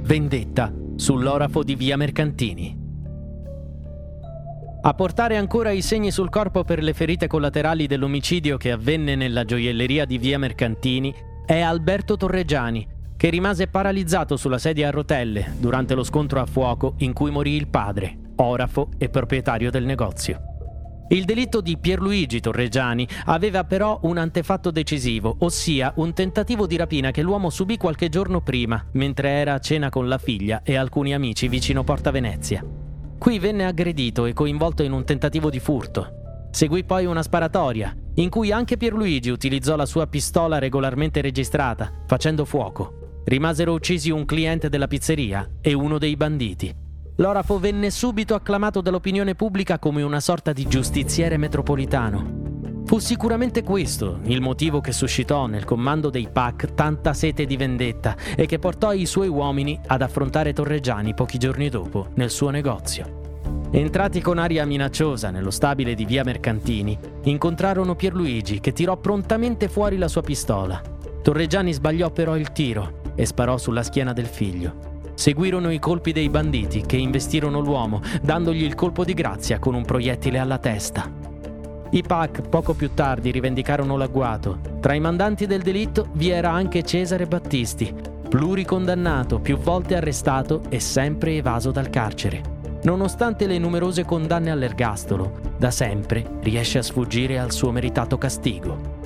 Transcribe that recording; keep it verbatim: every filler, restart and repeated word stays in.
vendetta sull'orafo di via Mercantini. A portare ancora i segni sul corpo per le ferite collaterali dell'omicidio che avvenne nella gioielleria di via Mercantini è Alberto Torregiani, che rimase paralizzato sulla sedia a rotelle durante lo scontro a fuoco in cui morì il padre, orafo e proprietario del negozio. Il delitto di Pierluigi Torregiani aveva però un antefatto decisivo, ossia un tentativo di rapina che l'uomo subì qualche giorno prima, mentre era a cena con la figlia e alcuni amici vicino Porta Venezia. Qui venne aggredito e coinvolto in un tentativo di furto. Seguì poi una sparatoria, in cui anche Pierluigi utilizzò la sua pistola regolarmente registrata, facendo fuoco. Rimasero uccisi un cliente della pizzeria e uno dei banditi. L'orafo venne subito acclamato dall'opinione pubblica come una sorta di giustiziere metropolitano. Fu sicuramente questo il motivo che suscitò nel comando dei P A C tanta sete di vendetta e che portò i suoi uomini ad affrontare Torregiani pochi giorni dopo nel suo negozio. Entrati con aria minacciosa nello stabile di via Mercantini, incontrarono Pierluigi che tirò prontamente fuori la sua pistola. Torregiani sbagliò però il tiro e sparò sulla schiena del figlio. Seguirono i colpi dei banditi che investirono l'uomo, dandogli il colpo di grazia con un proiettile alla testa. I P A C poco più tardi rivendicarono l'agguato. Tra i mandanti del delitto vi era anche Cesare Battisti, pluricondannato, più volte arrestato e sempre evaso dal carcere. Nonostante le numerose condanne all'ergastolo, da sempre riesce a sfuggire al suo meritato castigo.